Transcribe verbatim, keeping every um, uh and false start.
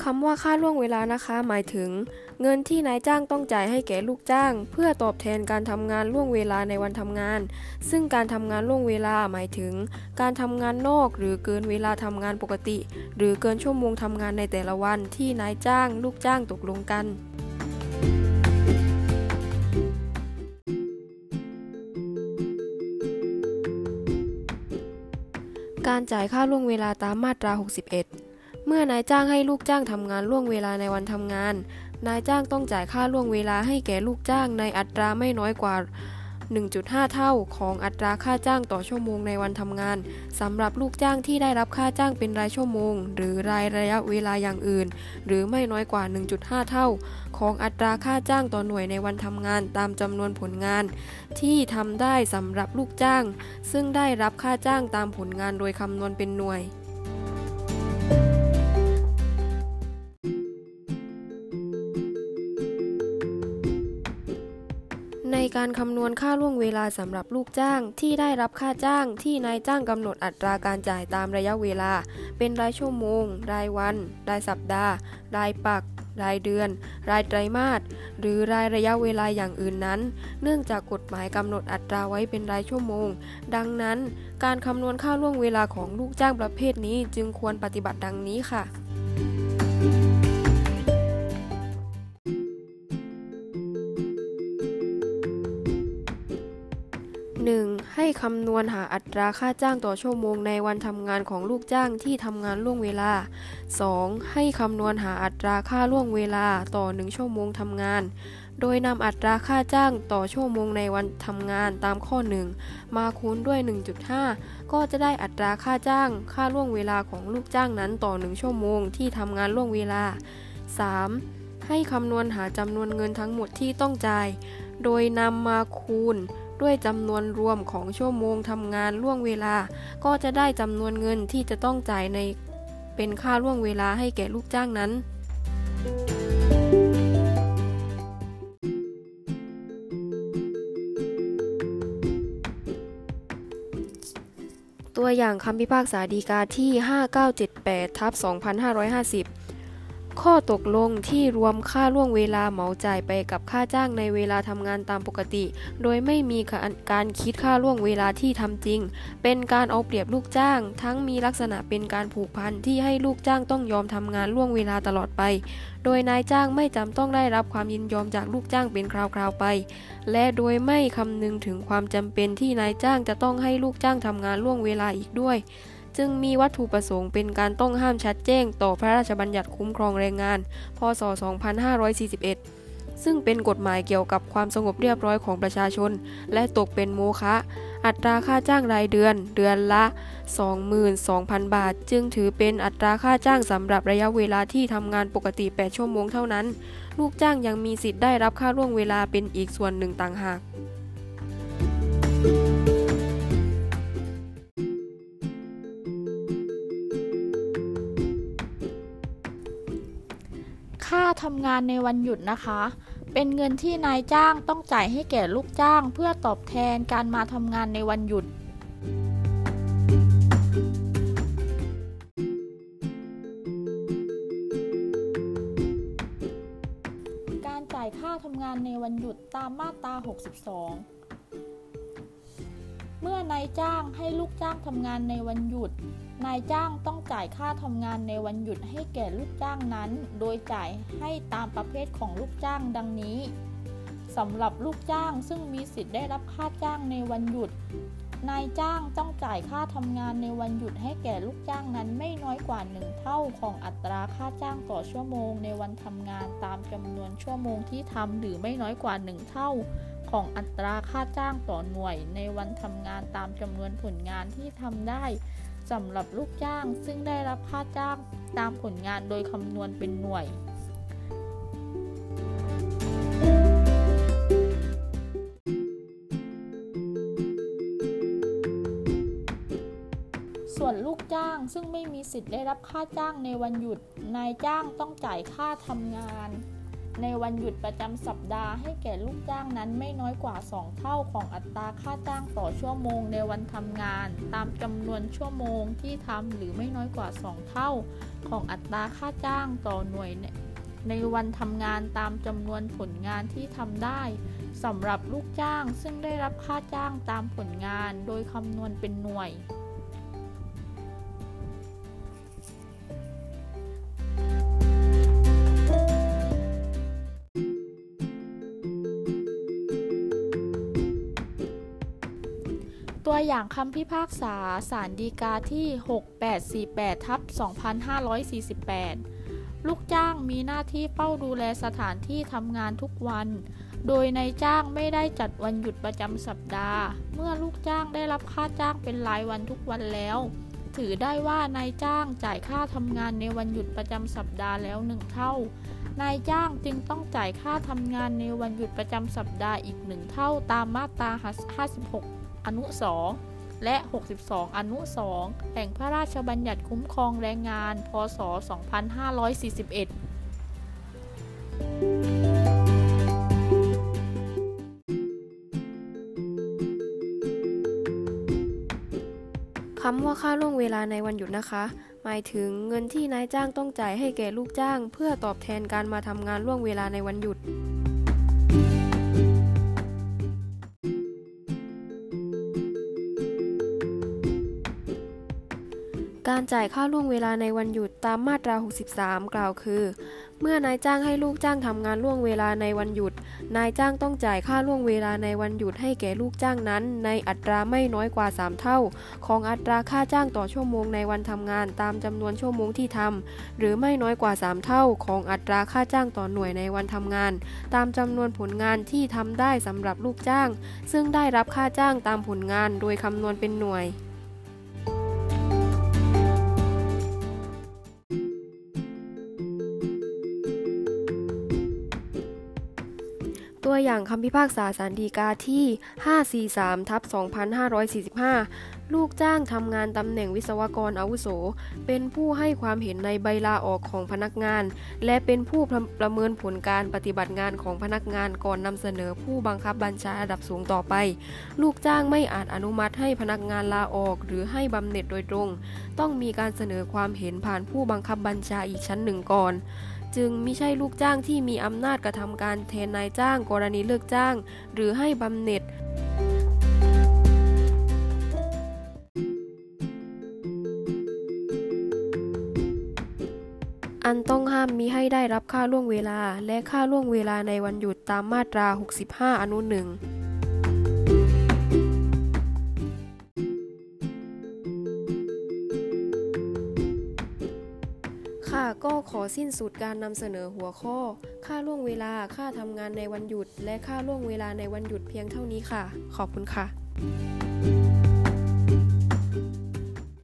คำว่าค่าล่วงเวลานะคะหมายถึงเงินที่นายจ้างต้องจ่ายให้แก่ลูกจ้างเพื่อตอบแทนการทำงานล่วงเวลาในวันทำงานซึ่งการทำงานล่วงเวลาหมายถึงการทำงานนอกหรือเกินเวลาทำงานปกติหรือเกินชั่วโมงทำงานในแต่ละวันที่นายจ้างลูกจ้างตกลงกันการจ่ายค่าล่วงเวลาตามมาตราหกสิบเอ็ดเมื่อนายจ้างให้ลูกจ้างทำงานล่วงเวลาในวันทำงานนายจ้างต้องจ่ายค่าล่วงเวลาให้แก่ลูกจ้างในอัตราไม่น้อยกว่า หนึ่งจุดห้า เท่าของอัตราค่าจ้างต่อชั่วโมงในวันทำงานสำหรับลูกจ้างที่ได้รับค่าจ้างเป็นรายชั่วโมงหรือรายระยะเวลาอย่างอื่นหรือไม่น้อยกว่า หนึ่งจุดห้า เท่าของอัตราค่าจ้างต่อหน่วยในวันทำงานตามจำนวนผลงานที่ทำได้สำหรับลูกจ้างซึ่งได้รับค่าจ้างตามผลงานโดยคำนวณเป็นหน่วยในการคำนวณค่าล่วงเวลาสำหรับลูกจ้างที่ได้รับค่าจ้างที่นายจ้างกำหนดอัตราการจ่ายตามระยะเวลาเป็นรายชั่วโมงรายวันรายสัปดาห์รายปักรายเดือนรายไตรมาสหรือรายระยะเวลาอย่างอื่นนั้นเนื่องจากกฎหมายกำหนดอัตราไว้เป็นรายชั่วโมงดังนั้นการคำนวณค่าล่วงเวลาของลูกจ้างประเภทนี้จึงควรปฏิบัติดังนี้ค่ะหนึ่งให้คำนวณหาอัตราค่าจ้างต่อชั่วโมงในวันทำงานของลูกจ้างที่ทำงานล่วงเวลา สอง ให้คำนวณหาอัตราค่าล่วงเวลาต่อหนึ่งชั่วโมงทำงานโดยนำอัตราค่าจ้างต่อชั่วโมงในวันทำงานตามข้อหนึ่งมาคูณด้วย หนึ่งจุดห้า ก็จะได้อัตราค่าจ้างค่าล่วงเวลาของลูกจ้างนั้นต่อหนึ่งชั่วโมงที่ทำงานล่วงเวลา สาม ให้คำนวณหาจำนวนเงินทั้งหมดที่ต้องจ่ายโดยนำมาคูณด้วยจำนวนรวมของชั่วโมงทำงานล่วงเวลาก็จะได้จำนวนเงินที่จะต้องจ่ายในเป็นค่าล่วงเวลาให้แก่ลูกจ้างนั้นตัวอย่างคำพิพากษาฎีกาที่ ห้าเก้าเจ็ดแปด ทับ สองพันห้าร้อยห้าสิบข้อตกลงที่รวมค่าล่วงเวลาเหมาจ่ายไปกับค่าจ้างในเวลาทำงานตามปกติโดยไม่มีการคิดค่าล่วงเวลาที่ทำจริงเป็นการเอาเปรียบลูกจ้างทั้งมีลักษณะเป็นการผูกพันที่ให้ลูกจ้างต้องยอมทำงานล่วงเวลาตลอดไปโดยนายจ้างไม่จำต้องได้รับความยินยอมจากลูกจ้างเป็นคราวๆไปและโดยไม่คำนึงถึงความจำเป็นที่นายจ้างจะต้องให้ลูกจ้างทำงานล่วงเวลาอีกด้วยจึงมีวัตถุประสงค์เป็นการต้องห้ามชัดแจ้งต่อพระราชบัญญัติคุ้มครองแรงงานพ.ศ. สองพันห้าร้อยสี่สิบเอ็ดซึ่งเป็นกฎหมายเกี่ยวกับความสงบเรียบร้อยของประชาชนและตกเป็นโมฆะอัตราค่าจ้างรายเดือนเดือนละ สองหมื่นสองพัน บาทจึงถือเป็นอัตราค่าจ้างสำหรับระยะเวลาที่ทำงานปกติแปดชั่วโมงเท่านั้นลูกจ้างยังมีสิทธิ์ได้รับค่าล่วงเวลาเป็นอีกส่วนหนึ่งต่างหากค่าทำงานในวันหยุดนะคะเป็นเงินที่นายจ้างต้องจ่ายให้แก่ลูกจ้างเพื่อตอบแทนการมาทำงานในวันหยุดการจ่ายค่าทำงานในวันหยุดตามมาตราหกสิบสองเมื่อนายจ้างให้ลูกจ้างทำงานในวันหยุดนายจ้างต้องจ่ายค่าทำงานในวันหยุดให้แก่ลูกจ้างนั้นโดยจ่ายให้ตามประเภทของลูกจ้างดังนี้สำหรับลูกจ้างซึ่งมีสิทธิ์ได้รับค่าจ้างในวันหยุดนายจ้างต้องจ่ายค่าทำงานในวันหยุดให้แก่ลูกจ้างนั้นไม่น้อยกว่าหนึ่งเท่าของอัตราค่าจ้างต่อชั่วโมงในวันทำงานตามจำนวนชั่วโมงที่ทำหรือไม่น้อยกว่าหนึ่งเท่าของอัตราค่าจ้างต่อหน่วยในวันทำงานตามจำนวนผลงานที่ทำได้สำหรับลูกจ้างซึ่งได้รับค่าจ้างตามผลงานโดยคำนวณเป็นหน่วยส่วนลูกจ้างซึ่งไม่มีสิทธิ์ได้รับค่าจ้างในวันหยุดนายจ้างต้องจ่ายค่าทำงานในวันหยุดประจำสัปดาห์ให้แก่ลูกจ้างนั้นไม่น้อยกว่าสองเท่าของอัตราค่าจ้างต่อชั่วโมงในวันทำงานตามจำนวนชั่วโมงที่ทำหรือไม่น้อยกว่าสองเท่าของอัตราค่าจ้างต่อหน่วยในวันทำงานตามจำนวนผลงานที่ทำได้สำหรับลูกจ้างซึ่งได้รับค่าจ้างตามผลงานโดยคำนวณเป็นหน่วยตัวอย่างคำพิพากษาศาลฎีกาที่ หกแปดสี่แปด ทับ สองพันห้าร้อยสี่สิบแปด ลูกจ้างมีหน้าที่เฝ้าดูแลสถานที่ทำงานทุกวันโดยนายจ้างไม่ได้จัดวันหยุดประจำสัปดาห์เมื่อลูกจ้างได้รับค่าจ้างเป็นรายวันทุกวันแล้วถือได้ว่านายจ้างจ่ายค่าทำงานในวันหยุดประจำสัปดาห์แล้วหนึ่งเท่านายจ้างจึงต้องจ่ายค่าทำงานในวันหยุดประจำสัปดาห์อีกหนึ่งเท่าตามมาตราห้าสิบหกอนุสองและหกสิบสองอนุสองแห่งพระราชบัญญัติคุ้มครองแรงงานพ.ศ. สองพันห้าร้อยสี่สิบเอ็ดคำว่าค่าล่วงเวลาในวันหยุดนะคะหมายถึงเงินที่นายจ้างต้องจ่ายให้แก่ลูกจ้างเพื่อตอบแทนการมาทำงานล่วงเวลาในวันหยุดการจ่ายค่าล่วงเวลาในวันหยุดตามมาตราหกสิบสามกล่าวคือเมื่อนายจ้างให้ลูกจ้างทำงานล่วงเวลาในวันหยุดนายจ้างต้องจ่ายค่าล่วงเวลาในวันหยุดให้แก่ลูกจ้างนั้นในอัตราไม่น้อยกว่าสามเท่าของอัตราค่าจ้างต่อชั่วโมงในวันทำงานตามจำนวนชั่วโมงที่ทำหรือไม่น้อยกว่าสามเท่าของอัตราค่าจ้างต่อหน่วยในวันทำงานตามจำนวนผลงานที่ทำได้สำหรับลูกจ้างซึ่งได้รับค่าจ้างตามผลงานโดยคำนวณเป็นหน่วยตัวอย่างคำพิพากษาศาลฎีกาที่ ห้าสี่สาม ทับ สองพันห้าร้อยสี่สิบห้า ลูกจ้างทำงานตำแหน่งวิศวกรอาวุโสเป็นผู้ให้ความเห็นในใบลาออกของพนักงานและเป็นผู้ประเมินผลการปฏิบัติงานของพนักงานก่อนนำเสนอผู้บังคับบัญชาระดับสูงต่อไปลูกจ้างไม่อาจอนุมัติให้พนักงานลาออกหรือให้บำเหน็จโดยตรงต้องมีการเสนอความเห็นผ่านผู้บังคับบัญชาอีกชั้นหนึ่งก่อนจึงมิใช่ลูกจ้างที่มีอำนาจกระทำการแทนนายจ้างกรณีเลิกจ้างหรือให้บำเหน็จอันต้องห้ามมิให้ได้รับค่าล่วงเวลาและค่าล่วงเวลาในวันหยุดตามมาตราหกสิบห้าอนุหนึ่งค่ะก็ขอสิ้นสุดการนำเสนอหัวข้อค่าล่วงเวลาค่าทำงานในวันหยุดและค่าล่วงเวลาในวันหยุดเพียงเท่านี้ค่ะขอบคุณค่ะ